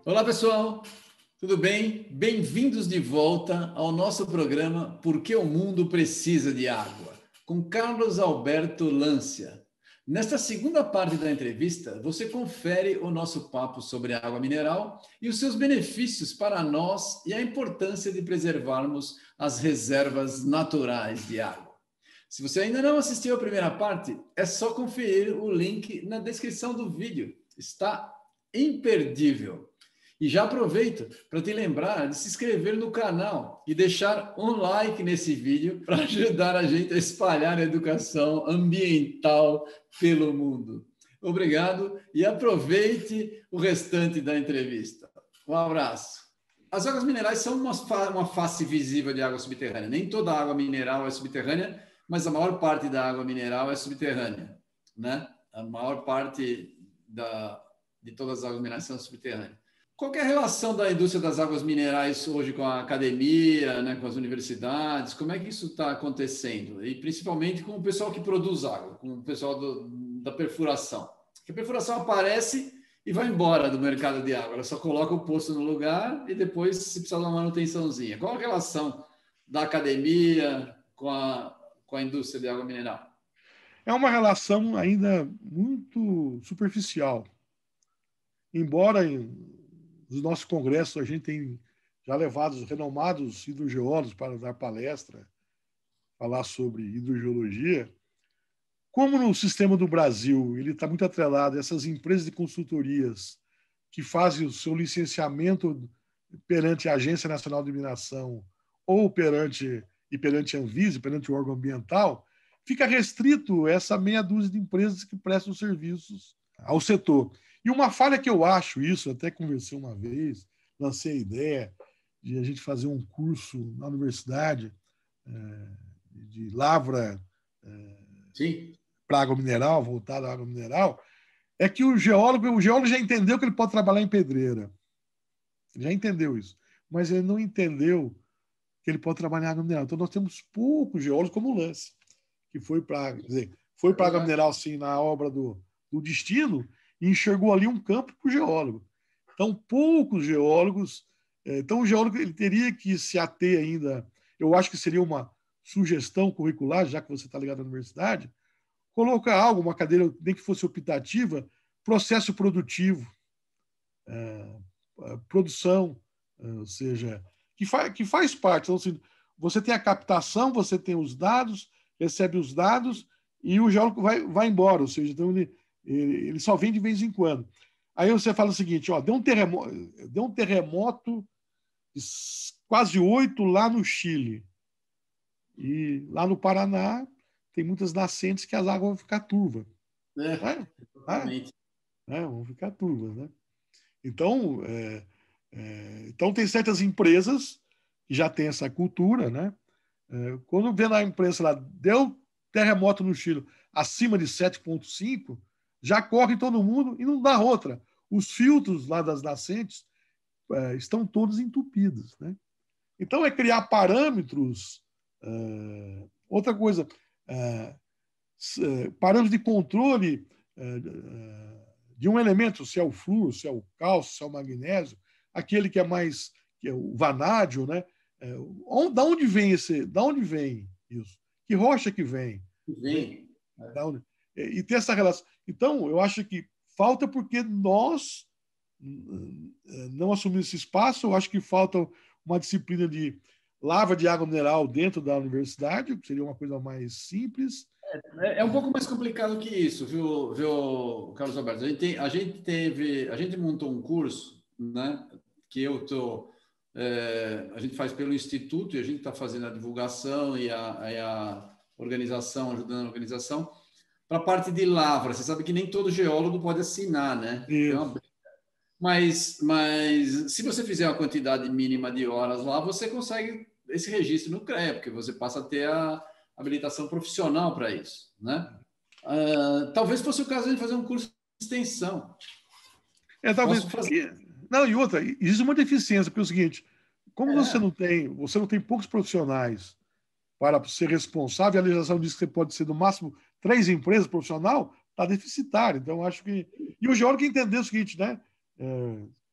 Olá, pessoal. Tudo bem? Bem-vindos de volta ao nosso programa Por que o Mundo Precisa de Água, com Carlos Alberto Lancia. Nesta segunda parte da entrevista, você confere o nosso papo sobre a água mineral e os seus benefícios para nós e a importância de preservarmos as reservas naturais de água. Se você ainda não assistiu a primeira parte, é só conferir o link na descrição do vídeo. Está imperdível. E já aproveito para te lembrar de se inscrever no canal e deixar um like nesse vídeo para ajudar a gente a espalhar a educação ambiental pelo mundo. Obrigado e aproveite o restante da entrevista. Um abraço. As águas minerais são uma face visível de água subterrânea. Nem toda água mineral é subterrânea, mas a maior parte da água mineral é subterrânea, né? A maior parte de todas as águas minerais são subterrâneas. Qual que é a relação da indústria das águas minerais hoje com a academia, né, com as universidades? Como é que isso está acontecendo? E principalmente com o pessoal que produz água, com o pessoal da perfuração. Porque a perfuração aparece e vai embora do mercado de água. Ela só coloca o poço no lugar e depois se precisa de uma manutençãozinha. Qual a relação da academia com a indústria de água mineral? É uma relação ainda muito superficial. Embora nos nossos congressos a gente tem já levado os renomados hidrogeólogos para dar palestra, falar sobre hidrogeologia, como no sistema do Brasil ele está muito atrelado a essas empresas de consultorias que fazem o seu licenciamento perante a Agência Nacional de Mineração ou perante a Anvisa, perante o órgão ambiental, fica restrito essa meia dúzia de empresas que prestam serviços ao setor. E uma falha que eu acho isso, até conversei uma vez, lancei a ideia de a gente fazer um curso na universidade de lavra para água mineral, voltado à água mineral, é que o geólogo já entendeu que ele pode trabalhar em pedreira. Ele já entendeu isso. Mas ele não entendeu que ele pode trabalhar em água mineral. Então nós temos poucos geólogos como o Lance, que foi para a água mineral assim, na obra do Destino, e enxergou ali um campo para o geólogo. Então, poucos geólogos. Então, o geólogo ele teria que se ater ainda. Eu acho que seria uma sugestão curricular, já que você está ligado à universidade, colocar algo, uma cadeira, nem que fosse optativa, processo produtivo, produção, ou seja, que faz parte. Então, assim, você tem a captação, você tem os dados, recebe os dados e o geólogo vai embora, ou seja, então ele só vem de vez em quando. Aí você fala o seguinte, deu um terremoto de quase 8 lá no Chile. E lá no Paraná tem muitas nascentes que as águas vão ficar turvas. Vão ficar turvas, né? Então, então tem certas empresas que já têm essa cultura, né? Quando vê na imprensa lá, deu terremoto no Chile acima de 7,5, já corre todo mundo e não dá outra. Os filtros lá das nascentes estão todos entupidos, né? Então é criar parâmetros. Outra coisa, parâmetros de controle de um elemento, se é o flúor, se é o cálcio, se é o magnésio, aquele que é mais que é o vanádio, né? Da onde vem isso? Que rocha que vem? Vem. E ter essa relação. Então, eu acho que falta porque nós não assumimos esse espaço. Eu acho que falta uma disciplina de lavra de água mineral dentro da universidade, que seria uma coisa mais simples. É um pouco mais complicado que isso, viu, Carlos Alberto? A gente montou um curso, né? Que a gente faz pelo Instituto e a gente está fazendo a divulgação e a organização, ajudando a organização, para a parte de lavra. Você sabe que nem todo geólogo pode assinar, né? Mas se você fizer uma quantidade mínima de horas lá, você consegue esse registro no CREA, porque você passa a ter a habilitação profissional para isso, né? Talvez fosse o caso de fazer um curso de extensão. Talvez. E outra, existe uma deficiência, porque é o seguinte, como você não tem poucos profissionais para ser responsável, a legislação diz que você pode ser, no máximo, 3 empresas profissional, está deficitário. Então, acho que... E o geólogo entendeu o seguinte, né?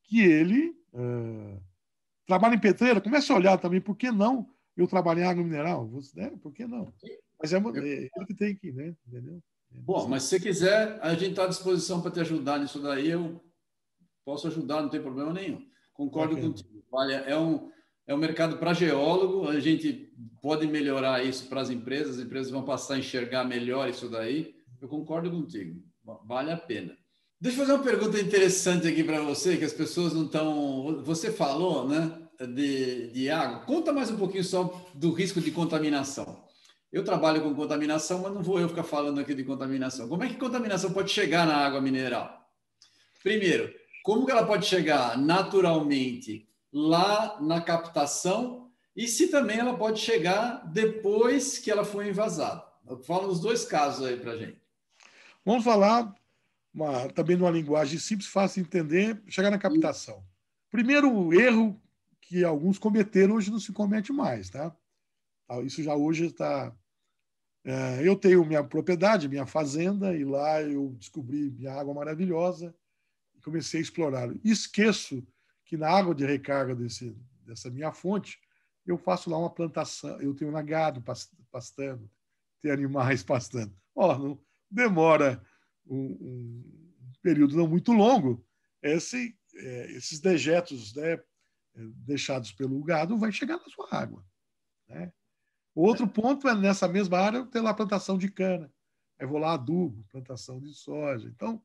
que ele trabalha em pedreira, comece a olhar também, por que não eu trabalhar em água mineral? Por que não? Mas é ele que tem que, né? Entendeu? Bom, mas se você quiser, a gente está à disposição para te ajudar nisso daí. Eu posso ajudar, não tem problema nenhum. Concordo Bacana. contigo. Olha, é um mercado para geólogo, a gente pode melhorar isso para as empresas vão passar a enxergar melhor isso daí. Eu concordo contigo, vale a pena. Deixa eu fazer uma pergunta interessante aqui para você, que as pessoas não estão... Você falou, né, de água. Conta mais um pouquinho só do risco de contaminação. Eu trabalho com contaminação, mas não vou eu ficar falando aqui de contaminação. Como é que contaminação pode chegar na água mineral? Primeiro, como que ela pode chegar naturalmente lá na captação e se também ela pode chegar depois que ela foi envasada? Fala os dois casos aí para a gente. Vamos falar também numa linguagem simples, fácil de entender, chegar na captação. Primeiro erro que alguns cometeram, hoje não se comete mais, tá? Isso já hoje está... Eu tenho minha propriedade, minha fazenda, e lá eu descobri minha água maravilhosa e comecei a explorar. Esqueço que na água de recarga dessa minha fonte, eu faço lá uma plantação, eu tenho gado pastando, tenho animais pastando. Não demora um período não muito longo, esses dejetos, né, deixados pelo gado vai chegar na sua água, né? O outro ponto é, nessa mesma área, eu tenho lá plantação de cana. Aí vou lá adubo, plantação de soja. Então,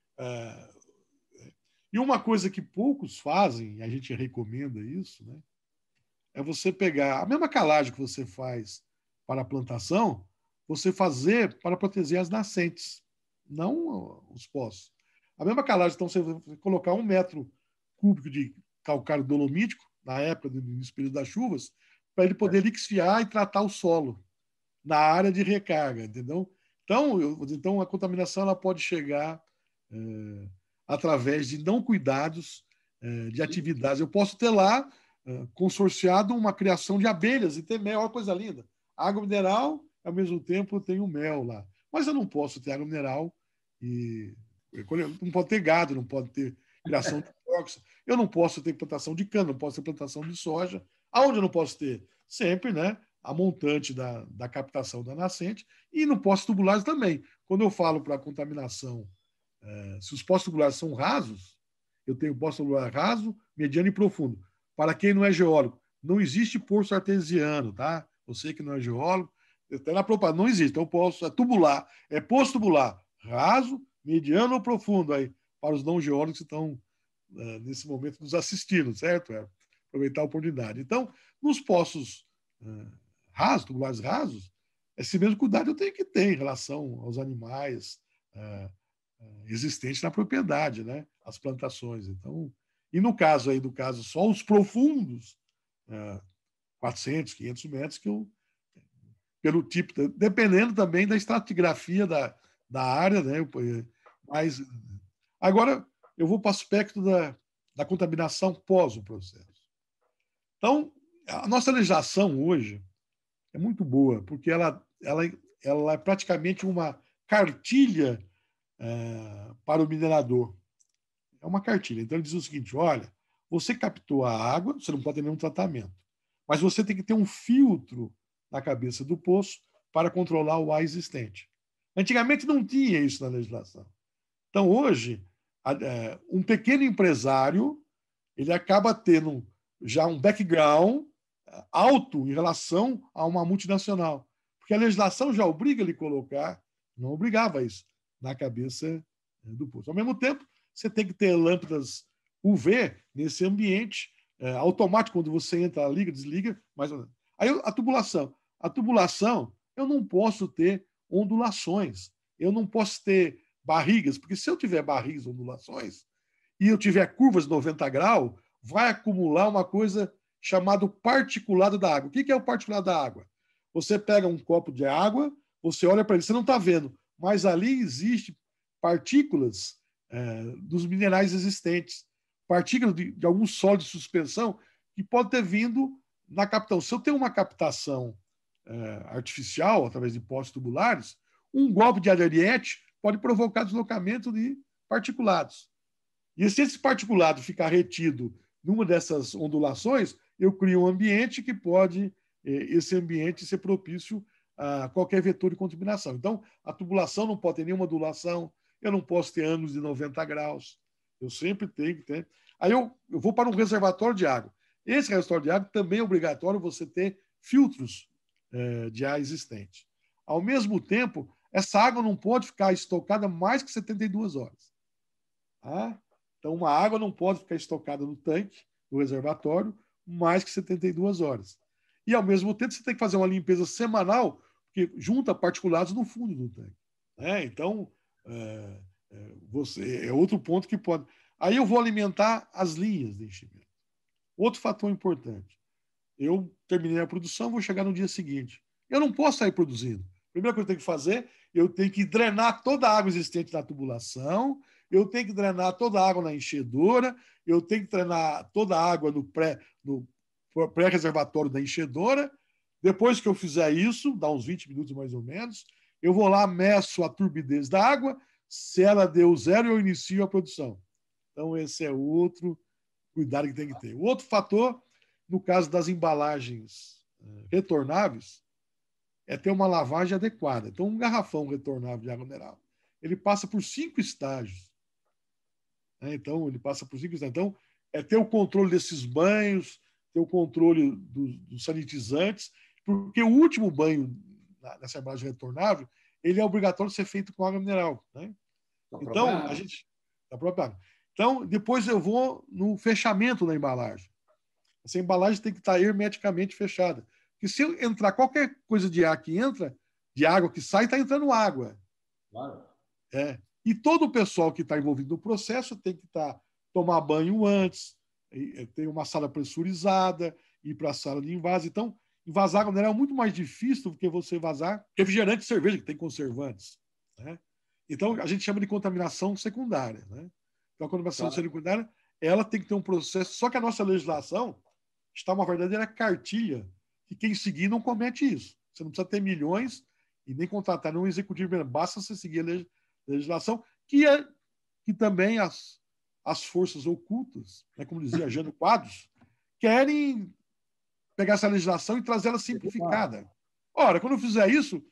e uma coisa que poucos fazem, e a gente recomenda isso, né, é você pegar a mesma calagem que você faz para a plantação, você fazer para proteger as nascentes, não os poços. A mesma calagem, então, você colocar 1 m³ de calcário dolomítico, na época do início do período das chuvas, para ele poder lixiviar e tratar o solo na área de recarga, entendeu? Então a contaminação ela pode chegar através de não cuidados de atividades. Eu posso ter lá consorciado uma criação de abelhas e ter mel, olha que coisa linda. Água mineral, ao mesmo tempo eu tenho mel lá. Mas eu não posso ter água mineral e não pode ter gado, não pode ter criação de porcos, eu não posso ter plantação de cana, não posso ter plantação de soja. Aonde eu não posso ter? Sempre, né? A montante da captação da nascente e no poços tubulares também. Quando eu falo para a contaminação, se os poços tubulares são rasos, eu tenho poço tubular raso, mediano e profundo. Para quem não é geólogo, não existe poço artesiano, tá? Você que não é geólogo, até na propaganda não existe. Então, poço tubular, poço tubular raso, mediano ou profundo aí, para os não geólogos que estão nesse momento nos assistindo, certo? Aproveitar a oportunidade. Então, nos poços rasos, tubulares rasos, esse mesmo cuidado eu tenho que ter em relação aos animais existentes na propriedade, né? As plantações. Então, e no caso só os profundos, 400, 500 metros, que eu, pelo tipo, dependendo também da estratigrafia da área, né? Mas, agora, eu vou para o aspecto da contaminação pós o processo. Então, a nossa legislação hoje é muito boa, porque ela é praticamente uma cartilha para o minerador. É uma cartilha. Então, ele diz o seguinte: olha, você captou a água, você não pode ter nenhum tratamento, mas você tem que ter um filtro na cabeça do poço para controlar o ar existente. Antigamente não tinha isso na legislação. Então, hoje, um pequeno empresário ele acaba tendo já um background alto em relação a uma multinacional, porque a legislação já obriga ele a colocar, não obrigava isso, na cabeça do poço. Ao mesmo tempo, você tem que ter lâmpadas UV nesse ambiente automático, quando você entra, liga, desliga. Aí a tubulação, eu não posso ter ondulações, eu não posso ter barrigas, porque se eu tiver barrigas, ondulações, e eu tiver curvas de 90 graus, vai acumular uma coisa chamada particulado da água. O que é o particulado da água? Você pega um copo de água, você olha para ele, você não está vendo, mas ali existe partículas dos minerais existentes, partículas de algum sólido de suspensão que pode ter vindo na captação. Se eu tenho uma captação artificial, através de poços tubulares, um golpe de ariete pode provocar deslocamento de particulados. E se esse particulado ficar retido numa dessas ondulações, eu crio um ambiente que pode, esse ambiente, ser propício a qualquer vetor de contaminação. Então, a tubulação não pode ter nenhuma ondulação, eu não posso ter ângulos de 90 graus, eu sempre tenho que ter. Aí eu vou para um reservatório de água. Esse reservatório de água também é obrigatório você ter filtros de ar existente. Ao mesmo tempo, essa água não pode ficar estocada mais que 72 horas. Tá? Então, uma água não pode ficar estocada no tanque, no reservatório, mais que 72 horas. E, ao mesmo tempo, você tem que fazer uma limpeza semanal, porque junta particulados no fundo do tanque. Né? Então, é outro ponto que pode... Aí eu vou alimentar as linhas de enchimento. Outro fator importante. Eu terminei a produção, vou chegar no dia seguinte. Eu não posso sair produzindo. A primeira coisa que eu tenho que fazer, eu tenho que drenar toda a água existente na tubulação, eu tenho que drenar toda a água na enchedora, eu tenho que drenar toda a água no pré-reservatório da enchedora. Depois que eu fizer isso, dá uns 20 minutos mais ou menos, eu vou lá, meço a turbidez da água, se ela deu zero, eu inicio a produção. Então, esse é outro cuidado que tem que ter. O outro fator, no caso das embalagens retornáveis, é ter uma lavagem adequada. Então, um garrafão retornável de água mineral, ele passa por 5 estágios. Então, ele passa por 5 estágios. Então, é ter o controle desses banhos, ter o controle dos sanitizantes, porque o último banho nessa embalagem retornável, ele é obrigatório ser feito com água mineral. Né? Então, a gente... Da própria água. Então, depois eu vou no fechamento da embalagem. Essa embalagem tem que estar hermeticamente fechada. Porque se entrar qualquer coisa de ar que entra, de água que sai, está entrando água. Claro. E todo o pessoal que está envolvido no processo tem que tomar banho antes, ter uma sala pressurizada, ir para a sala de invase. Então, envasar água mineral é muito mais difícil do que você vazar refrigerante de cerveja, que tem conservantes. Né? Então, a gente chama de contaminação secundária. Né? Então, a contaminação secundária, ela tem que ter um processo. Só que a nossa legislação está uma verdadeira cartilha que quem seguir não comete isso. Você não precisa ter milhões e nem contratar nenhum executivo, basta você seguir a legislação, que também as forças ocultas, né, como dizia Jânio Quadros, querem pegar essa legislação e trazer ela simplificada. Ora, quando eu fizer isso,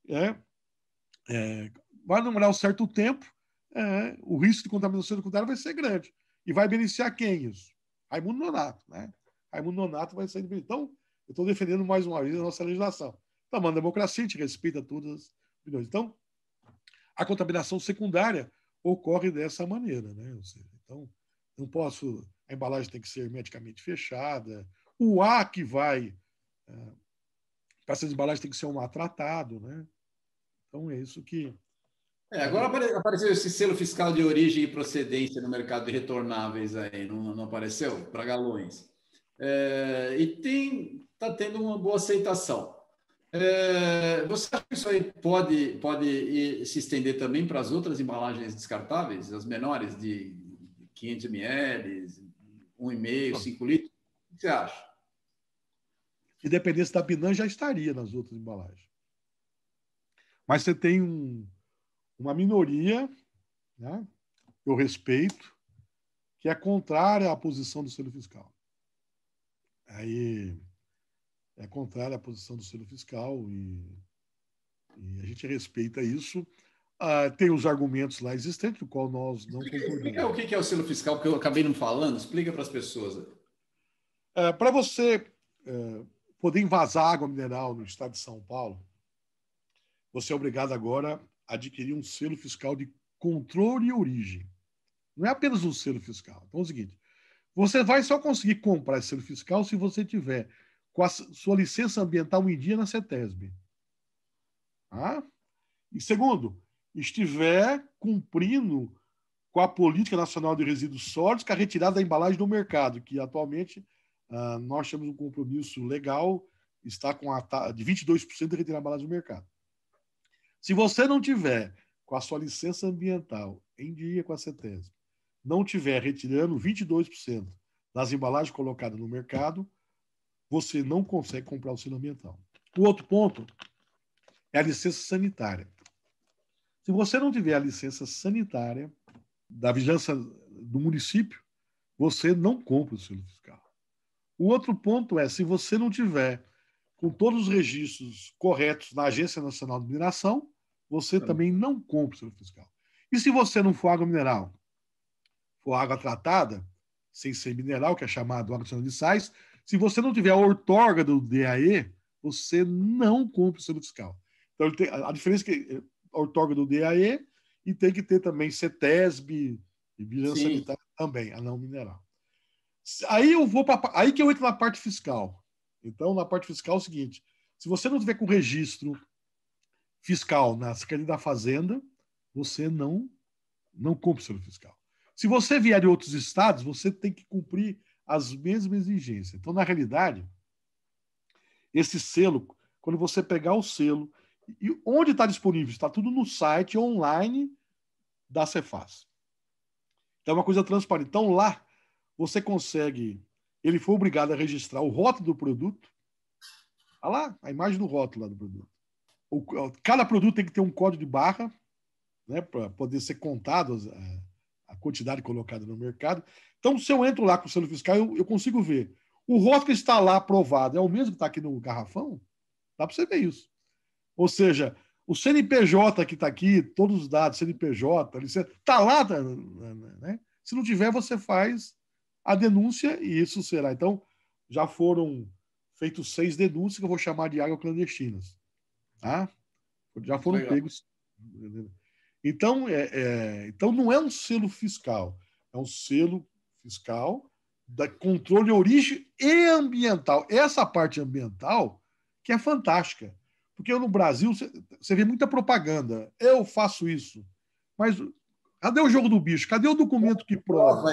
vai demorar um certo tempo, o risco de contaminação secundária vai ser grande. E vai beneficiar quem isso? Raimundo Nonato. Né? Raimundo Nonato vai sair. Então, eu estou defendendo mais uma vez a nossa legislação. Então, uma democracia, a gente respeita todas as opiniões. Então, a contaminação secundária ocorre dessa maneira. Né? Ou seja, então, não posso... A embalagem tem que ser hermeticamente fechada. O ar que vai para essas embalagens tem que ser um ar tratado. Né? Então, é isso que... Agora apareceu esse selo fiscal de origem e procedência no mercado de retornáveis aí, não apareceu? Para galões. E está tendo uma boa aceitação. Você acha que isso aí pode se estender também para as outras embalagens descartáveis, as menores de 500 ml, 1,5, 5 litros? O que você acha? Se dependesse da Binan, já estaria nas outras embalagens. Mas você tem uma minoria, né, que eu respeito, que é contrária à posição do selo fiscal. Aí é contrária à posição do selo fiscal e a gente respeita isso. Tem os argumentos lá existentes, do qual nós não concordamos. Explica o que é o selo fiscal, que eu acabei não falando. Explica para as pessoas. Para você poder envasar água mineral no estado de São Paulo, você é obrigado agora a adquirir um selo fiscal de controle e origem. Não é apenas um selo fiscal. Então é o seguinte, você vai só conseguir comprar esse selo fiscal se você tiver com a sua licença ambiental em dia na CETESB. Tá? E segundo, estiver cumprindo com a Política Nacional de Resíduos Sólidos, com a retirada da embalagem do mercado, que atualmente nós temos um compromisso legal, está com de 22% de retirar a embalagem do mercado. Se você não tiver com a sua licença ambiental em dia com a CETESB, não tiver retirando 22% das embalagens colocadas no mercado, você não consegue comprar o selo ambiental. O outro ponto é a licença sanitária. Se você não tiver a licença sanitária da Vigilância do município, você não compra o selo fiscal. O outro ponto é, se você não tiver com todos os registros corretos na Agência Nacional de Mineração, você também não compra o selo fiscal. E se você não for água mineral, for água tratada, sem ser mineral, que é chamado água de sais, se você não tiver a outorga do DAE, você não compra o selo fiscal. Então, a diferença é que a outorga do DAE e tem que ter também CETESB e vigilância sanitária também, a não mineral. Aí que eu entro na parte fiscal. Então, na parte fiscal é o seguinte: se você não tiver com registro fiscal na Secretaria da Fazenda, você não compra o selo fiscal. Se você vier de outros estados, você tem que cumprir as mesmas exigências. Então, na realidade, esse selo, quando você pegar o selo, e onde está disponível? Está tudo no site online da Cefaz. Então, é uma coisa transparente. Então, lá, você consegue... Ele foi obrigado a registrar o rótulo do produto. Olha lá, a imagem do rótulo lá do produto. Cada produto tem que ter um código de barra, né, para poder ser contado a quantidade colocada no mercado. Então, se eu entro lá com o selo fiscal, eu consigo ver. O rótulo que está lá aprovado é o mesmo que está aqui no garrafão? Dá para você ver isso. Ou seja, o CNPJ que está aqui, todos os dados, CNPJ, está lá, né? Se não tiver, você faz a denúncia e isso será. Então, já foram feitos 6 denúncias que eu vou chamar de águas clandestinas. Tá? Já foram pegos. Então, então, não é um selo fiscal, é um selo fiscal da controle de origem e ambiental. Essa parte ambiental que é fantástica. Porque no Brasil você vê muita propaganda. Eu faço isso. Mas cadê o jogo do bicho? Cadê o documento que prova?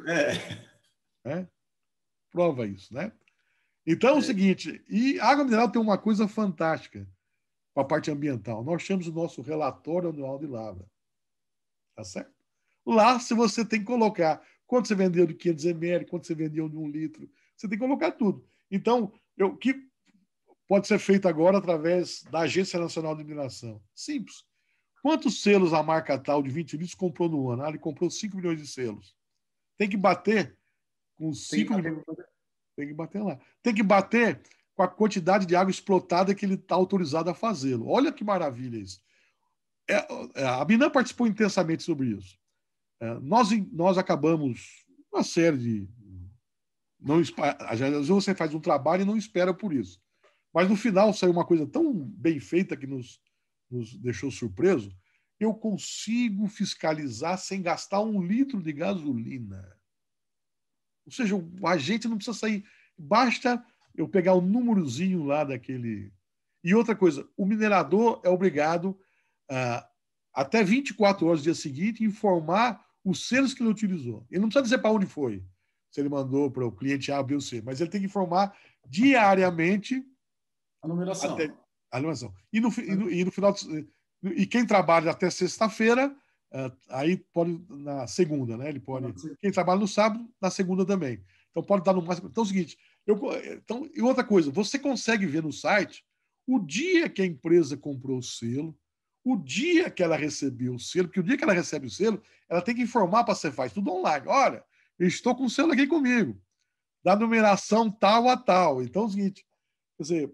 Prova isso, né? Então é o seguinte, e a água mineral tem uma coisa fantástica com a parte ambiental. Nós temos o nosso relatório anual de lavra. Tá certo? Lá, se você tem que colocar quanto você vendeu de 500 ml, quanto você vendeu de 1 litro, você tem que colocar tudo. Então, o que pode ser feito agora através da Agência Nacional de Mineração? Simples. Quantos selos a marca tal de 20 litros comprou no ano? Ele comprou 5 milhões de selos. Tem que bater com 5 milhões. Tem que bater lá. Tem que bater com a quantidade de água explotada que ele está autorizado a fazê-lo. Olha que maravilha isso. A Binan participou intensamente sobre isso. Nós acabamos uma série de... às vezes você faz um trabalho e não espera por isso. Mas no final saiu uma coisa tão bem feita que nos deixou surpreso. Eu consigo fiscalizar sem gastar 1 litro de gasolina. Ou seja, o agente não precisa sair. Basta eu pegar o númerozinho lá daquele... E outra coisa, o minerador é obrigado até 24 horas do dia seguinte informar os selos que ele utilizou. Ele não precisa dizer para onde foi, se ele mandou para o cliente A, B ou C, mas ele tem que informar diariamente a numeração. A numeração. E no final... E quem trabalha até sexta-feira, aí pode na segunda, né? Ele pode. Quem trabalha no sábado, na segunda também. Então pode dar no máximo. Então é o seguinte. E outra coisa, você consegue ver no site o dia que a empresa comprou o selo, o dia que ela recebeu o selo, porque o dia que ela recebe o selo, ela tem que informar para a Cefaz, tudo online. Olha, eu estou com o selo aqui comigo, da numeração tal a tal. Então é o seguinte, quer dizer,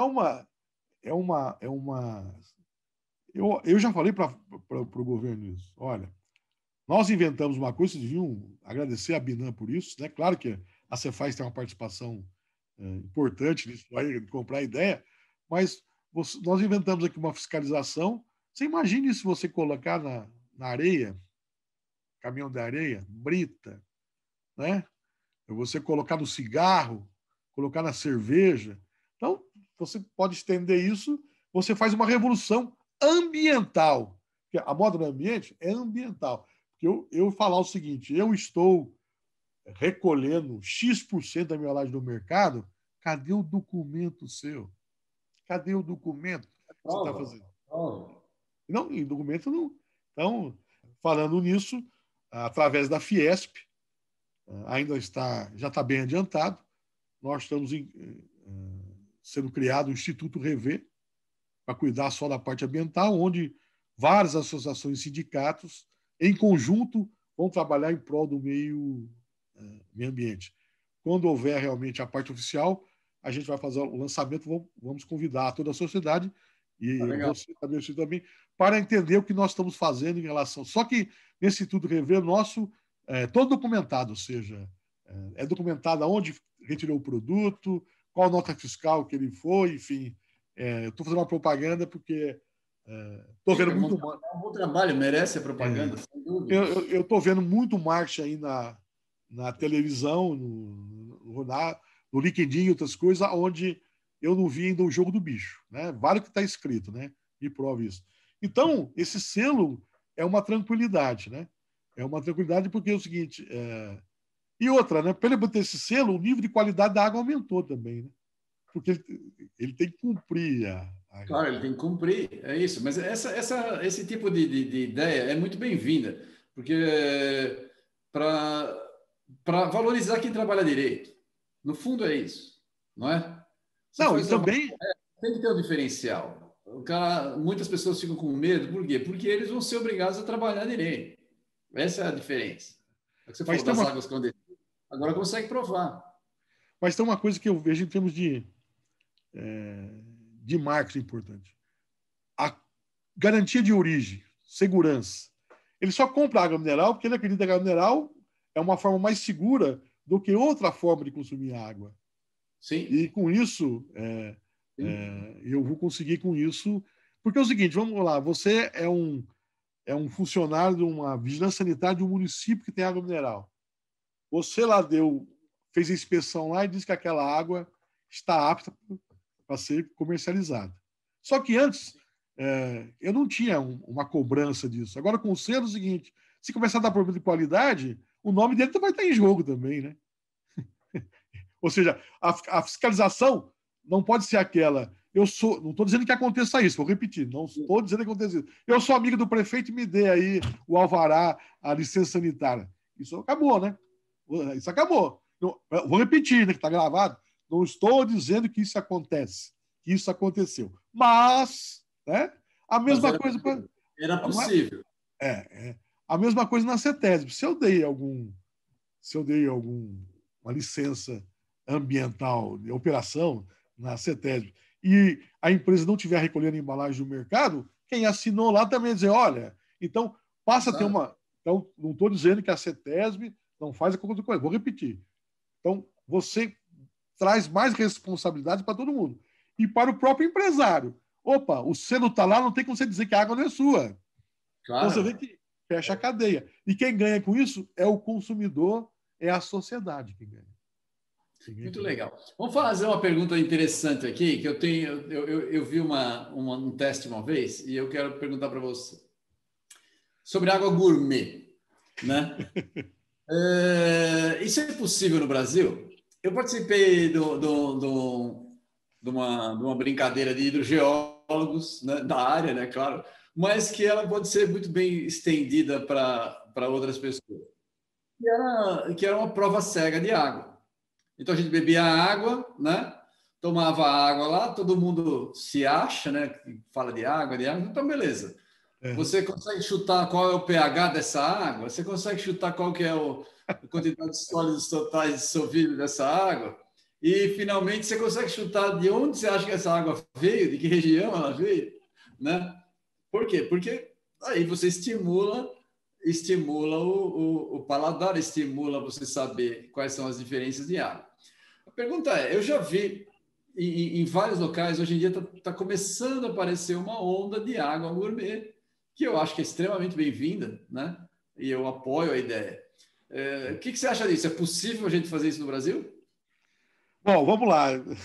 eu já falei para o governo isso. Olha, nós inventamos uma coisa, vocês deviam agradecer a Binan por isso, né? Claro que a Cefaz tem uma participação importante nisso aí, de comprar a ideia, mas nós inventamos aqui uma fiscalização. Você imagine se você colocar na areia, caminhão de areia, brita, né? Você colocar no cigarro, colocar na cerveja. Então, você pode estender isso, você faz uma revolução ambiental. Porque a moda no ambiente é ambiental. Porque eu falar o seguinte, eu estou recolhendo X% da minha laje do mercado, cadê o documento seu? Cadê o documento que você está fazendo? Não, em documento não. Então, falando nisso, através da Fiesp, já está bem adiantado, nós estamos sendo criado o Instituto Rever, para cuidar só da parte ambiental, onde várias associações e sindicatos, em conjunto, vamos trabalhar em prol do meio ambiente. Quando houver realmente a parte oficial, a gente vai fazer o lançamento, vamos convidar toda a sociedade e você também, para entender o que nós estamos fazendo em relação. Só que nesse Instituto Rever nosso, todo documentado, ou seja, é documentado onde retirou o produto, qual nota fiscal que ele foi, enfim. Estou fazendo uma propaganda porque estou vendo muito... É um bom trabalho, merece a propaganda, sem dúvida. Eu estou vendo muito marketing aí na televisão, no LinkedIn e outras coisas, onde eu não vi ainda o jogo do bicho. Né? Vale o que está escrito, né? Me prove isso. Então, esse selo é uma tranquilidade, né? É uma tranquilidade porque é o seguinte... E outra, né? Para ele ter esse selo, o nível de qualidade da água aumentou também, né? Porque ele tem que cumprir Claro, ele tem que cumprir, é isso. Mas esse tipo de ideia é muito bem-vinda, porque para valorizar quem trabalha direito. No fundo é isso, não é? Você não, faz e também... tem que ter um diferencial. Muitas pessoas ficam com medo, por quê? Porque eles vão ser obrigados a trabalhar direito. Essa é a diferença. É o que você falou das águas clandestinas. Agora consegue provar. Mas tem uma coisa que eu vejo em termos de marketing importante. A garantia de origem, segurança. Ele só compra água mineral porque ele acredita que a água mineral é uma forma mais segura do que outra forma de consumir água. Sim. E com isso, eu vou conseguir com isso. Porque é o seguinte, vamos lá, você é um funcionário de uma vigilância sanitária de um município que tem água mineral. Você lá fez a inspeção lá e disse que aquela água está apta para ser comercializada. Só que antes, eu não tinha uma cobrança disso. Agora, com o selo, é o seguinte, se começar a dar problema de qualidade, o nome dele vai estar em jogo também, né? Ou seja, a fiscalização não pode ser aquela... não estou dizendo que aconteça isso, vou repetir, não estou dizendo que aconteça isso. Eu sou amigo do prefeito e me dê aí o alvará, a licença sanitária. Isso acabou, né? Isso acabou. Vou repetir, né, que está gravado. Não estou dizendo que isso acontece, que isso aconteceu. Mas, né, a mesma coisa... Era possível. A mesma coisa na CETESB. Se eu dei uma licença ambiental de operação na CETESB e a empresa não estiver recolhendo embalagem do mercado, quem assinou lá também dizer, olha, então passa a ter uma... Então, não estou dizendo que a CETESB não faz a coisa. Vou repetir. Então, você traz mais responsabilidade para todo mundo. E para o próprio empresário. Opa, o selo está lá, não tem como você dizer que a água não é sua. Claro. Então, você vê que fecha a cadeia. E quem ganha com isso é o consumidor, é a sociedade que ganha. Muito legal. Vamos fazer uma pergunta interessante aqui, que eu vi um teste uma vez e eu quero perguntar para você. Sobre água gourmet, né? Isso é possível no Brasil? Eu participei de uma brincadeira de hidrogeólogos, né, da área, né, claro, mas que ela pode ser muito bem estendida para outras pessoas. Que era uma prova cega de água. Então a gente bebia água, né? Tomava água lá, todo mundo se acha, né? Fala de água, então beleza. Você consegue chutar qual é o pH dessa água? Você consegue chutar qual que é a quantidade de sólidos totais dissolvidos dessa água? E, finalmente, você consegue chutar de onde você acha que essa água veio, de que região ela veio, né? Por quê? Porque aí você estimula o paladar, estimula você saber quais são as diferenças de água. A pergunta é, eu já vi em vários locais, hoje em dia está começando a aparecer uma onda de água gourmet, que eu acho que é extremamente bem-vinda, né? E eu apoio a ideia. O que você acha disso? É possível a gente fazer isso no Brasil? Bom, vamos lá.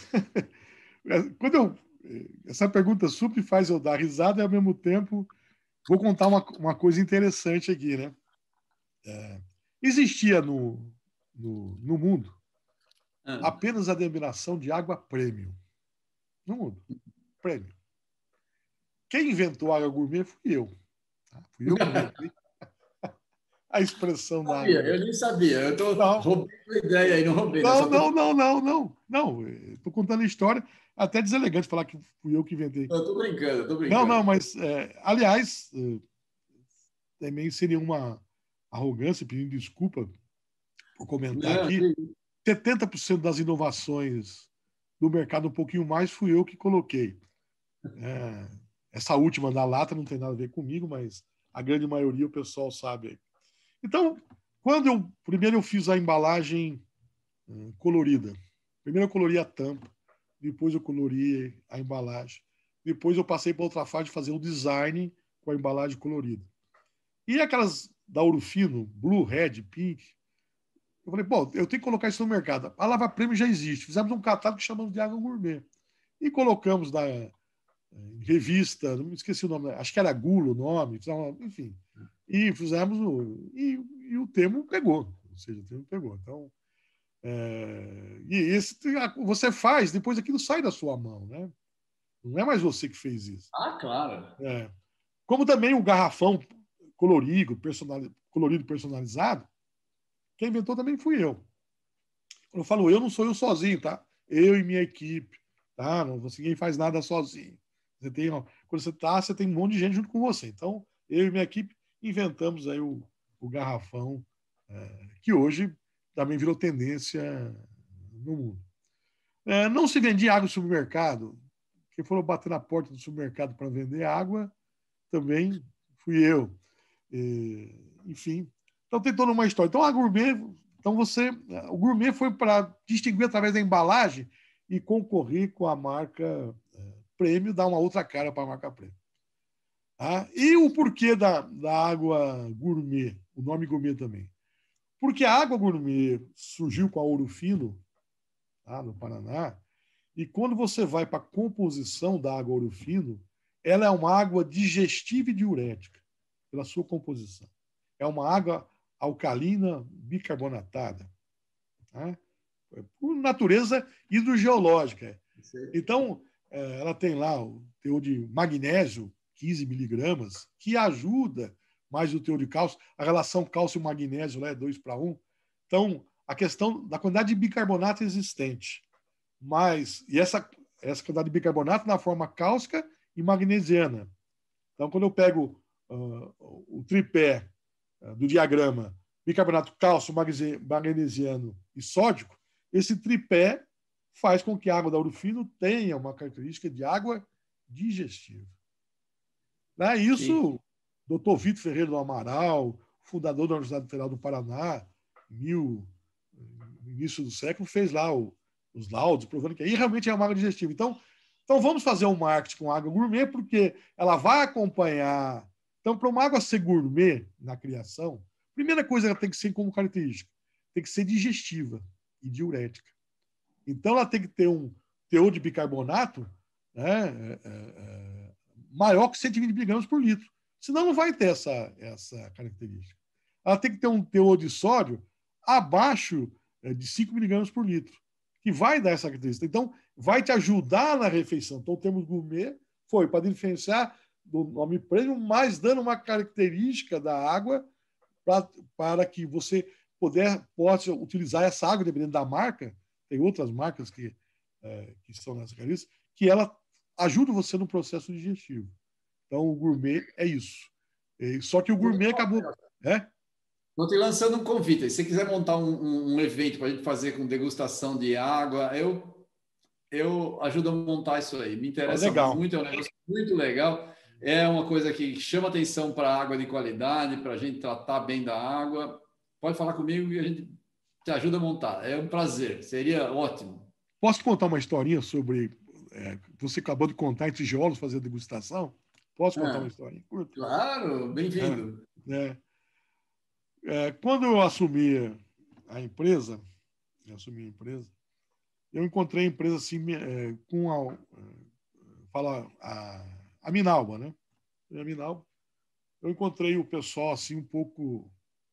Essa pergunta super faz eu dar risada e, ao mesmo tempo, vou contar uma coisa interessante aqui, né? Existia no mundo apenas a denominação de água premium. No mundo. Premium. Quem inventou a água gourmet fui eu. Fui eu que inventei a expressão da água. Eu nem sabia. Eu estou roubando a ideia aí, não roubei. Não. Estou contando a história. Até deselegante falar que fui eu que inventei. Eu estou brincando. Não, mas, aliás, também seria arrogância, pedindo desculpa por comentar Não, aqui, 70% das inovações do mercado, um pouquinho mais, fui eu que coloquei. Essa última da lata não tem nada a ver comigo, mas a grande maioria o pessoal sabe. Então, primeiro eu fiz a embalagem colorida. Primeiro eu colori a tampa, depois eu colori a embalagem, depois eu passei para outra fase de fazer o design com a embalagem colorida. E aquelas da Ouro Fino, Blue, Red, Pink, eu falei, bom, eu tenho que colocar isso no mercado. A Lava Prêmio já existe. Fizemos um catálogo que chamamos de água gourmet. E colocamos na revista, não me esqueci o nome, acho que era Gula o nome, enfim. E fizemos e o termo pegou. Ou seja, o termo pegou. Então, você faz, depois aquilo sai da sua mão, né? Não é mais você que fez isso. Ah, claro. Como também o garrafão colorido, personalizado, quem inventou também fui eu. Quando eu falo eu, não sou eu sozinho, tá? Eu e minha equipe, tá? Não, ninguém faz nada sozinho. Quando você tem um monte de gente junto com você. Então, eu e minha equipe inventamos aí o garrafão, que hoje também virou tendência no mundo. Não se vendia água no supermercado. Quem for bater na porta do supermercado para vender água, também fui eu. Enfim, então tem toda uma história. Então a gourmet, o gourmet foi para distinguir através da embalagem e concorrer com a marca Prêmio, dar uma outra cara para a marca Prêmio. E o porquê da água gourmet, o nome gourmet também? Porque a água gourmet surgiu com a Ouro Fino, no Paraná, e quando você vai para a composição da água Ouro Fino, ela é uma água digestiva e diurética, pela sua composição. É uma água alcalina bicarbonatada, por natureza hidrogeológica. Então, ela tem lá o teor de magnésio, 15 miligramas, que ajuda mais o teor de cálcio. A relação cálcio-magnésio lá é 2:1. Então, a questão da quantidade de bicarbonato existente. E essa quantidade de bicarbonato na forma cálcica e magnesiana. Então, quando eu pego o tripé do diagrama bicarbonato, cálcio, magnesiano e sódico, esse tripé faz com que a água da Ouro Fino tenha uma característica de água digestiva. Isso, Dr. Vitor Ferreira do Amaral, fundador da Universidade Federal do Paraná, no início do século, fez lá os laudos, provando que aí realmente é uma água digestiva. Então vamos fazer um marketing com água gourmet, porque ela vai acompanhar. Então, para uma água ser gourmet na criação, a primeira coisa que ela tem que ser como característica, tem que ser digestiva e diurética. Então, ela tem que ter um teor de bicarbonato maior que 120 miligramas por litro. Senão, não vai ter essa característica. Ela tem que ter um teor de sódio abaixo de 5 miligramas por litro, que vai dar essa característica. Então, vai te ajudar na refeição. Então, o termo gourmet foi para diferenciar do nome prêmio, mas dando uma característica da água para que você possa utilizar essa água, dependendo da marca. Tem outras marcas que estão nessa característica, que ela ajuda você no processo digestivo. Então, o gourmet é isso. Só que o gourmet acabou... Estou te lançando um convite. Se você quiser montar um evento para a gente fazer com degustação de água, eu ajudo a montar isso aí. Me interessa muito, é um negócio muito legal. É uma coisa que chama atenção para a água de qualidade, para a gente tratar bem da água. Pode falar comigo e a gente te ajuda a montar. É um prazer, seria ótimo. Posso contar uma historinha sobre... você acabou de contar entre geólogos fazer degustação? Posso contar uma historinha curta? Claro, bem-vindo. Quando eu assumi a empresa, eu encontrei a empresa assim, com a Minalba, né? A Minalba. Eu encontrei o pessoal assim um pouco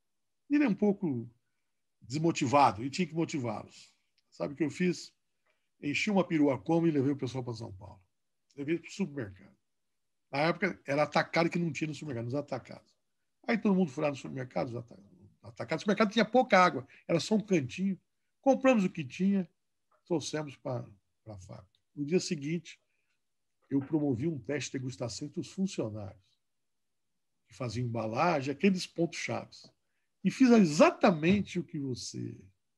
desmotivado e tinha que motivá-los. Sabe o que eu fiz? Enchi uma perua como e levei o pessoal para São Paulo. Levei para o supermercado. Na época era atacado que não tinha no supermercado, nos atacados. Aí todo mundo foi lá no supermercado, atacado. O supermercado tinha pouca água, era só um cantinho. Compramos o que tinha, trouxemos para a fábrica. No dia seguinte, eu promovi um teste de degustação entre os funcionários, que faziam embalagem, aqueles pontos chaves. e fiz exatamente o que você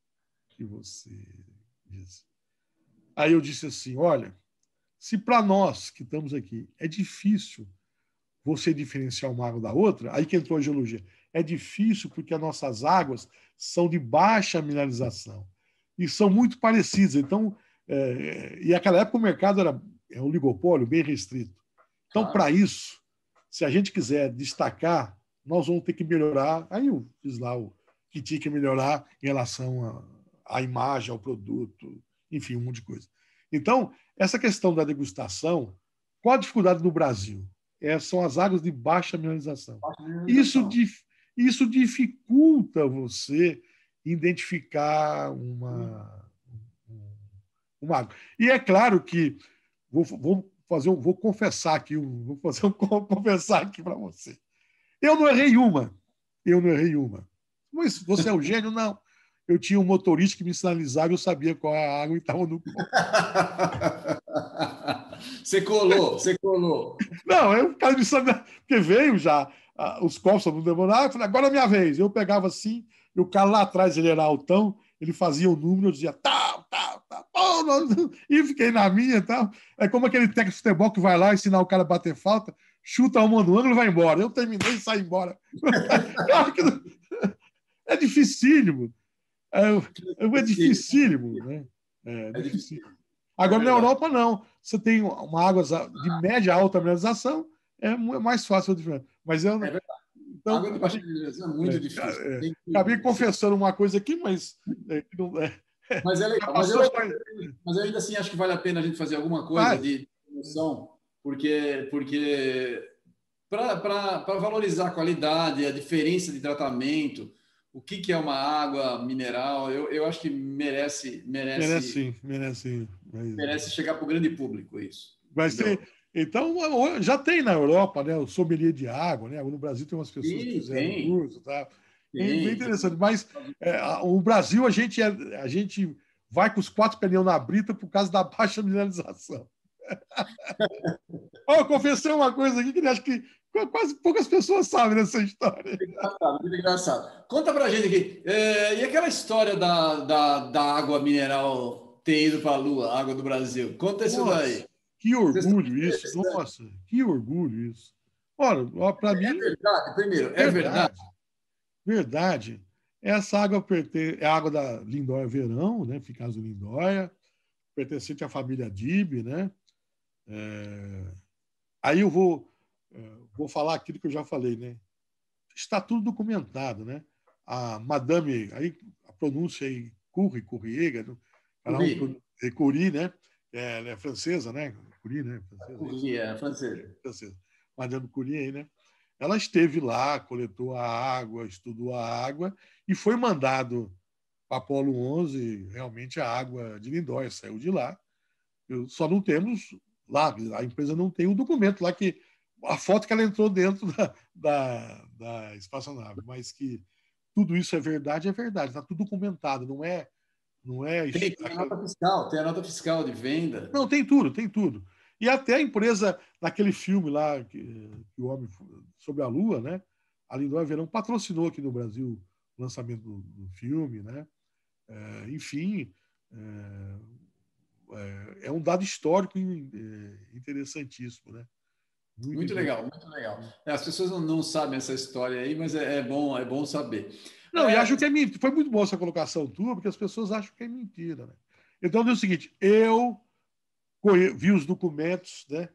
disse. Aí eu disse assim, olha, se para nós que estamos aqui é difícil você diferenciar uma água da outra, aí que entrou a geologia, é difícil porque as nossas águas são de baixa mineralização e são muito parecidas. Então, e naquela época o mercado era um oligopólio bem restrito. Então, claro, para isso, se a gente quiser destacar, nós vamos ter que melhorar. Aí eu fiz lá o que tinha que melhorar em relação à imagem, ao produto, enfim, um monte de coisa. Então, essa questão da degustação, qual a dificuldade no Brasil? São as águas de baixa mineralização. Isso dificulta você identificar uma água. E é claro que vou confessar aqui para você. Eu não errei uma. Mas você é um gênio? Não. Eu tinha um motorista que me sinalizava e eu sabia qual a água e estava no copo. Você colou. Não, o cara me sinalizava, porque veio já, os copos não demoraram, eu falei, agora é minha vez. Eu pegava assim, e o cara lá atrás, ele era altão, ele fazia o número, eu dizia, tal, e fiquei na minha e tal. É como aquele técnico de futebol que vai lá ensinar o cara a bater falta, chuta uma no ângulo e vai embora. Eu terminei e saí embora. É dificílimo. É dificílimo, né? É dificílimo. Agora, na Europa, não. Você tem uma água de média alta mineralização, é mais fácil de ver. Mas eu não. Então, água de baixa mineralização é muito difícil. Acabei confessando uma coisa aqui, mas. Mas é legal. Mas eu ainda assim acho que vale a pena a gente fazer alguma coisa de promoção, porque para valorizar a qualidade, a diferença de tratamento, o que é uma água mineral, eu acho que merece chegar para o grande público isso. Então, já tem na Europa, né, o sommelier de água, né? No Brasil tem umas pessoas que fizeram curso, tá? É bem interessante. Mas o Brasil, a gente vai com os 4 pneus na brita por causa da baixa mineralização. Eu confessei uma coisa aqui que acho que quase poucas pessoas sabem dessa história. Muito engraçado. Conta pra gente aqui. E aquela história da água mineral ter ido para a Lua, a água do Brasil? Conta isso daí. Que orgulho isso. Nossa, que orgulho isso. Olha, para mim... É verdade, primeiro. É verdade. Verdade. Essa água é a água da Lindóia Verão, né? Fica do Lindóia, pertencente à família Dib, né? Aí eu vou falar aquilo que eu já falei, né? Está tudo documentado, né? A Madame, aí a pronúncia aí, Courrier, Curie, né? Ela é francesa, né? Curie, né? Curie, é francesa. Madame Curie, né? Ela esteve lá, coletou a água, estudou a água e foi mandado para Apolo 11, realmente a água de Lindóia saiu de lá. Só não temos lá, a empresa não tem o documento lá, que a foto que ela entrou dentro da espaçonave, mas que tudo isso é verdade, está tudo documentado, não é... Tem a nota fiscal de venda. Não, tem tudo. E até a empresa, naquele filme lá, que o Homem sobre a Lua, né? A Lindóia Verão patrocinou aqui no Brasil o lançamento do filme, né? Enfim, é um dado histórico interessantíssimo, né? Muito legal. As pessoas não sabem essa história aí, mas é bom saber. Não, e acho que é mentira. Foi muito boa essa colocação tua, porque as pessoas acham que é mentira, né? Então, é o seguinte, eu vi os documentos, né?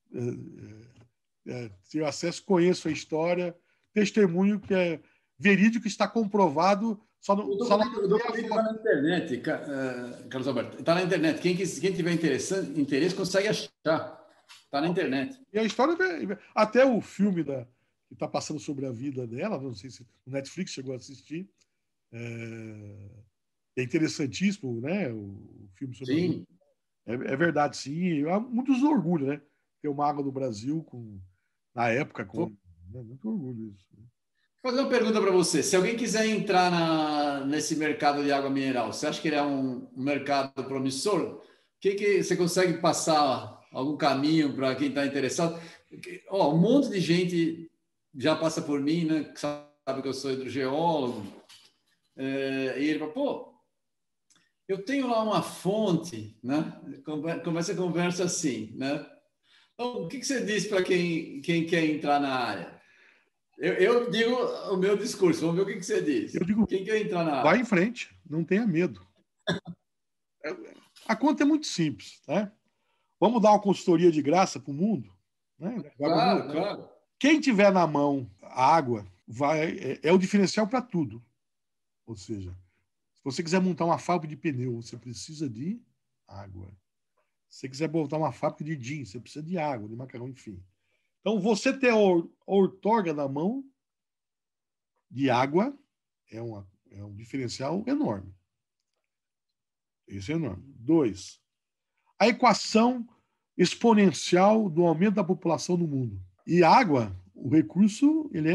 Tive acesso, conheço a história, testemunho que é verídico, está comprovado. O documento está na internet, Carlos Alberto. Está na internet. Quem tiver interesse consegue achar. Está na internet. E a história, até o filme que está passando sobre a vida dela, não sei se o Netflix chegou a assistir, é interessantíssimo, né? O filme sobre a vida. É verdade, sim. Há muitos orgulho, né? Ter uma água do Brasil na época, muito orgulho isso. Vou fazer uma pergunta para você. Se alguém quiser entrar nesse mercado de água mineral, você acha que ele é um mercado promissor? Que você consegue passar algum caminho para quem está interessado? Um monte de gente já passa por mim, né? sabe que eu sou hidrogeólogo. E ele falou, pô, eu tenho lá uma fonte, né? Começa a conversa assim, né? Então, o que você diz para quem quer entrar na área? Eu digo o meu discurso, vamos ver o que você diz. Eu digo, Quem quer entrar na vai área? em frente, não tenha medo. A conta é muito simples, né? Vamos dar uma consultoria de graça para o mundo? Né? Claro, claro. Quem tiver na mão a água é o diferencial para tudo. Ou seja, se você quiser montar uma fábrica de pneu, você precisa de água. Se você quiser montar uma fábrica de jeans, você precisa de água, de macarrão, enfim. Então, você ter a outorga na mão de água é um diferencial enorme. Isso é enorme. 2, a equação exponencial do aumento da população no mundo. E água, o recurso, ele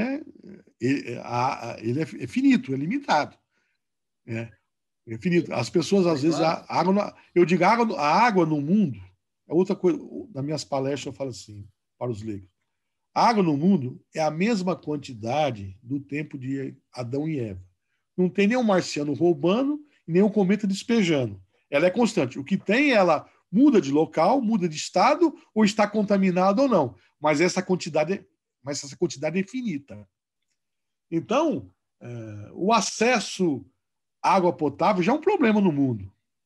é finito, é limitado. É finito. As pessoas, às vezes, eu digo a água no mundo, é outra coisa, nas minhas palestras eu falo assim, para os leigos. A água no mundo é a mesma quantidade do tempo de Adão e Eva. Não tem nenhum marciano roubando e nenhum cometa despejando. Ela é constante. O que tem, ela muda de local, muda de estado, ou está contaminado ou não. Mas essa quantidade é infinita. Então, o acesso à água potável já é um problema no mundo.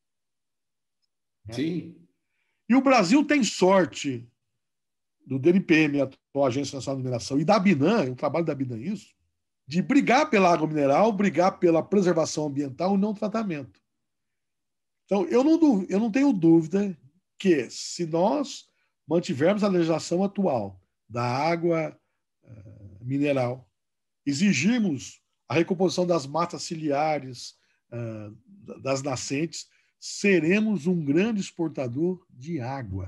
Sim. E o Brasil tem sorte do DNPM, a Agência Nacional de Mineração, e da ABINAM, o trabalho da ABINAM isso, de brigar pela água mineral, brigar pela preservação ambiental e não tratamento. Então, eu não tenho dúvida que, se nós mantivermos a legislação atual da água mineral, exigirmos a recomposição das matas ciliares, das nascentes, seremos um grande exportador de água.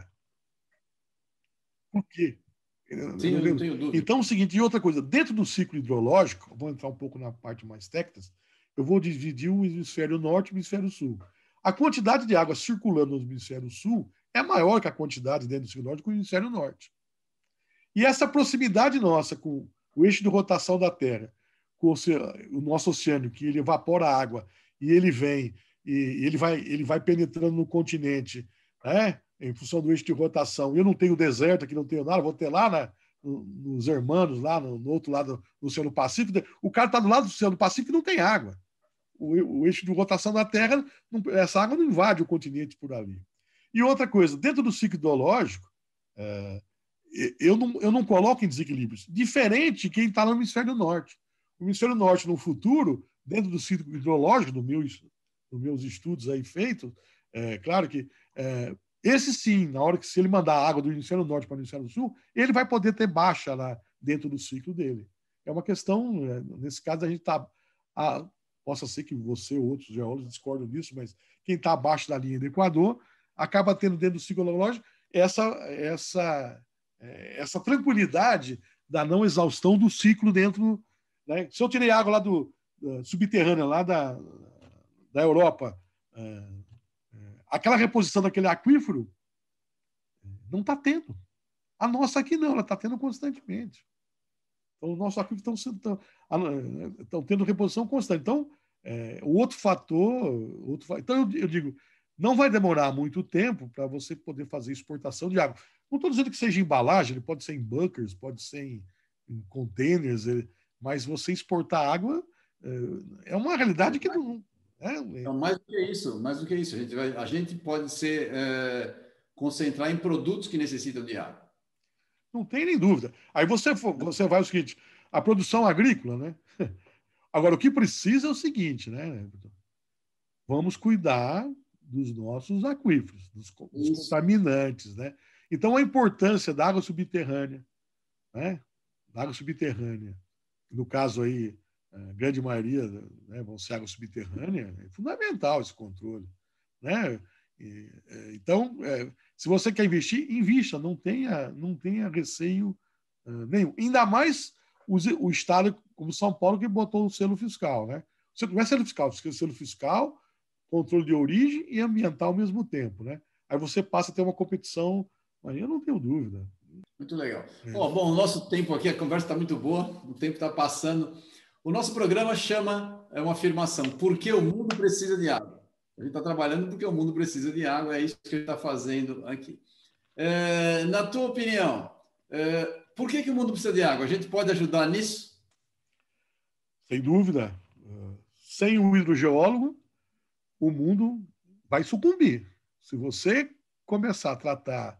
Por quê? Sim, eu não tenho dúvida. Então, é o seguinte, e outra coisa, dentro do ciclo hidrológico, vou entrar um pouco na parte mais técnica, eu vou dividir o hemisfério norte e o hemisfério sul. A quantidade de água circulando no hemisfério sul é maior que a quantidade dentro do ciclo nórdico no hemisfério norte. E essa proximidade nossa com o eixo de rotação da Terra, com o nosso oceano, que ele evapora a água e ele vem, e ele vai penetrando no continente, né? Em função do eixo de rotação. Eu não tenho deserto aqui, não tenho nada, vou ter lá nos Hermanos, lá no outro lado do Oceano Pacífico. O cara está do lado do Oceano Pacífico e não tem água. O eixo de rotação da Terra, essa água não invade o continente por ali. E outra coisa, dentro do ciclo hidrológico, eu não coloco em desequilíbrios. Diferente de quem está no hemisfério norte. O hemisfério norte, no futuro, dentro do ciclo hidrológico, dos meus estudos aí feitos, claro que esse sim, na hora que se ele mandar água do hemisfério norte para o hemisfério sul, ele vai poder ter baixa lá dentro do ciclo dele. É uma questão, nesse caso, a gente está. Possa ser que você ou outros geólogos discordam disso, mas quem está abaixo da linha do Equador acaba tendo dentro do ciclo hidrológico essa tranquilidade da não exaustão do ciclo dentro. Né? Se eu tirei água lá subterrânea, lá da Europa, aquela reposição daquele aquífero não está tendo. A nossa aqui não, ela está tendo constantemente. Então, os nossos aquíferos estão tendo reposição constante. Então, o outro fator. Então, eu digo, não vai demorar muito tempo para você poder fazer exportação de água. Não estou dizendo que seja em embalagem, ele pode ser em bunkers, pode ser em containers, mas você exportar água é uma realidade que não. Então, mais do que isso, mais do que isso. A gente pode concentrar em produtos que necessitam de água. Não tem nem dúvida. Aí você vai o seguinte, a produção agrícola, né? Agora, o que precisa é o seguinte, né? Vamos cuidar dos nossos aquíferos, dos contaminantes, né? Então, a importância da água subterrânea, né? Da água subterrânea, no caso aí, a grande maioria, né, vão ser água subterrânea, é fundamental esse controle, né? Então, se você quer investir, invista, não tenha receio nenhum. Ainda mais o Estado como São Paulo que botou o selo fiscal, né? Não é selo fiscal, selo fiscal, controle de origem e ambiental ao mesmo tempo, né? Aí você passa a ter uma competição, aí eu não tenho dúvida. Muito legal. Bom, o nosso tempo aqui, a conversa está muito boa, o tempo está passando. O nosso programa é uma afirmação, por que o mundo precisa de água? A gente está trabalhando porque o mundo precisa de água, é isso que a gente está fazendo aqui. Na tua opinião, por que o mundo precisa de água? A gente pode ajudar nisso? Sem dúvida. Sem o hidrogeólogo, o mundo vai sucumbir. Se você começar a tratar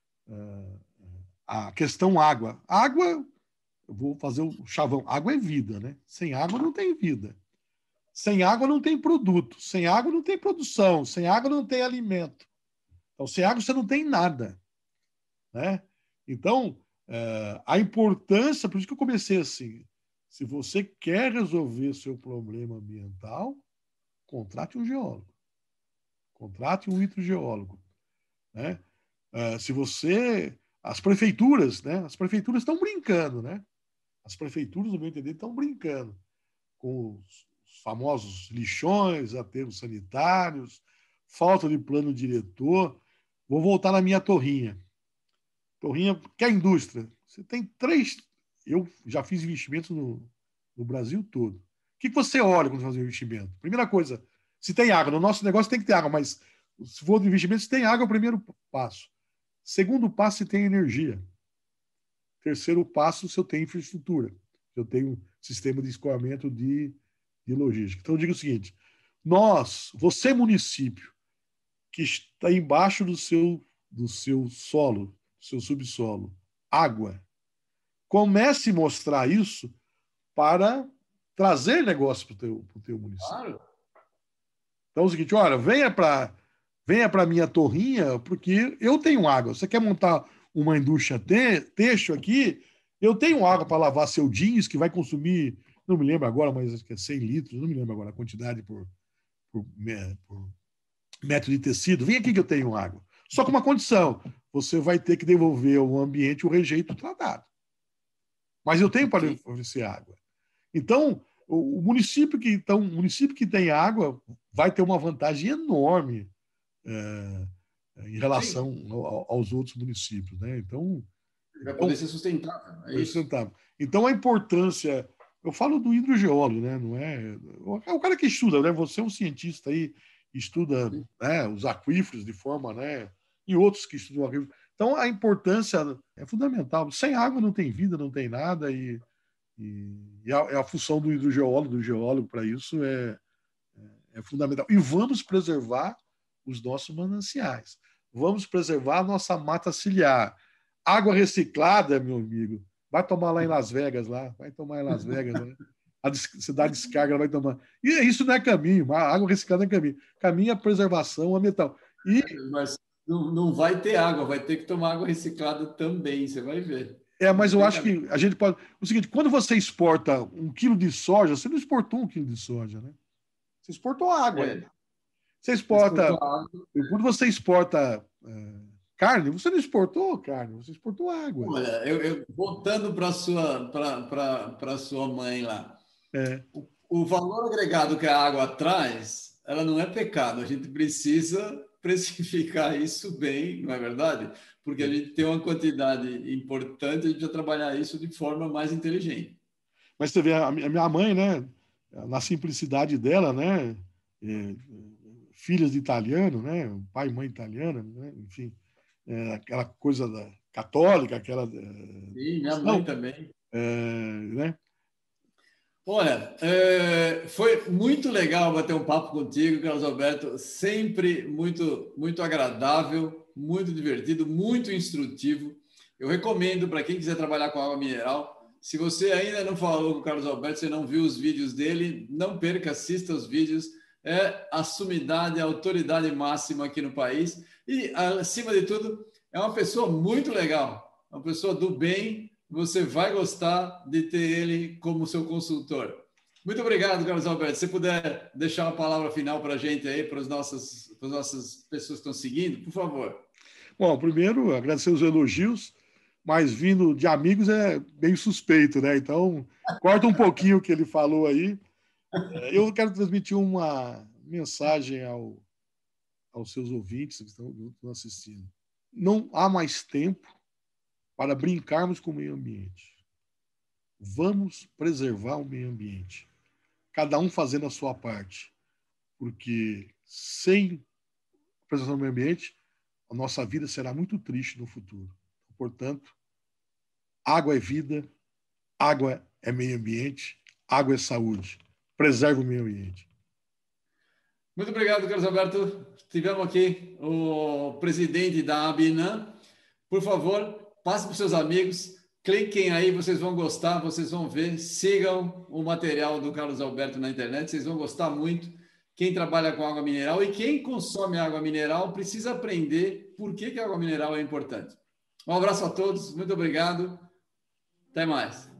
a questão água, eu vou fazer o chavão, água é vida, né? Sem água não tem vida. Sem água não tem produto, sem água não tem produção, sem água não tem alimento. Então, sem água você não tem nada, né? Então, a importância, por isso que eu comecei assim, se você quer resolver seu problema ambiental, contrate um geólogo, contrate um hidrogeólogo, né? Se você, as prefeituras, né? As prefeituras estão brincando, né? As prefeituras, no meu entender, estão brincando com os famosos lixões, aterros sanitários, falta de plano diretor. Vou voltar na minha torrinha. Torrinha, que é a indústria. Você tem três. Eu já fiz investimentos no Brasil todo. O que você olha quando faz um investimento? Primeira coisa, se tem água. No nosso negócio tem que ter água, mas se for de investimento, se tem água, é o primeiro passo. Segundo passo, se tem energia. Terceiro passo, se eu tenho infraestrutura. Se eu tenho um sistema de escoamento de logística. Então, eu digo o seguinte: você, município, que está embaixo do seu solo, do seu subsolo, água, comece a mostrar isso para trazer negócio para o teu município. Claro. Então, é o seguinte: olha, venha para a minha torrinha, porque eu tenho água. Você quer montar uma indústria têxtil aqui? Eu tenho água para lavar seu jeans, que vai consumir, não me lembro agora, mas acho que é 100 litros, não me lembro agora a quantidade por metro de tecido. Vem aqui que eu tenho água. Só com uma condição: você vai ter que devolver ao ambiente o rejeito tratado. Mas eu tenho para oferecer água. Então, o município que tem água vai ter uma vantagem enorme em relação aos outros municípios, né? Então, vai poder ser sustentável. É isso. Então, a importância. Eu falo do hidrogeólogo, né? Não é o cara que estuda, né? Você é um cientista aí, estuda, né, os aquíferos de forma, né? E outros que estudam aquíferos. Então, a importância é fundamental. Sem água não tem vida, não tem nada, e a função do hidrogeólogo, do geólogo para isso é fundamental. E vamos preservar os nossos mananciais. Vamos preservar a nossa mata ciliar. Água reciclada, meu amigo, vai tomar lá em Las Vegas, vai tomar em Las Vegas, né? A cidade descarga, vai tomar. E isso não é caminho, a água reciclada não é caminho. Caminho é a preservação ambiental. Mas não vai ter água, vai ter que tomar água reciclada também, você vai ver. Mas eu acho que a gente pode. O seguinte: quando você exporta 1 quilo de soja, você não exportou 1 quilo de soja, né? Você exportou água. Você exporta. Quando você exporta carne, você não exportou carne, você exportou água. Olha, voltando para a sua mãe lá. O valor agregado que a água traz, ela não é pecado. A gente precisa precificar isso bem, não é verdade? Porque a gente tem uma quantidade importante, a gente precisa trabalhar isso de forma mais inteligente. Mas você vê, a minha mãe, né, na simplicidade dela, né, filhas de italiano, né, pai e mãe italiana, né, enfim, aquela coisa católica, aquela... Sim, minha mãe também. Né? Olha, foi muito legal bater um papo contigo, Carlos Alberto, sempre muito agradável, muito divertido, muito instrutivo. Eu recomendo para quem quiser trabalhar com água mineral. Se você ainda não falou com o Carlos Alberto, você não viu os vídeos dele, não perca, assista os vídeos. É a sumidade, a autoridade máxima aqui no país. E, acima de tudo, é uma pessoa muito legal, uma pessoa do bem. Você vai gostar de ter ele como seu consultor. Muito obrigado, Carlos Alberto. Se puder deixar uma palavra final para a gente aí, para as nossas pessoas que estão seguindo, por favor. Bom, primeiro, agradecer os elogios, mas vindo de amigos é bem suspeito, né? Então, corta um pouquinho o que ele falou aí. Eu quero transmitir uma mensagem aos seus ouvintes que estão assistindo. Não há mais tempo para brincarmos com o meio ambiente. Vamos preservar o meio ambiente. Cada um fazendo a sua parte. Porque sem a preservação do meio ambiente, a nossa vida será muito triste no futuro. Portanto, água é vida, água é meio ambiente, água é saúde. Preserve o meio ambiente. Muito obrigado, Carlos Alberto. Tivemos aqui o presidente da ABINAM. Por favor, passe para os seus amigos. Cliquem aí, vocês vão gostar, vocês vão ver. Sigam o material do Carlos Alberto na internet, vocês vão gostar muito. Quem trabalha com água mineral e quem consome água mineral precisa aprender por que a água mineral é importante. Um abraço a todos, muito obrigado. Até mais.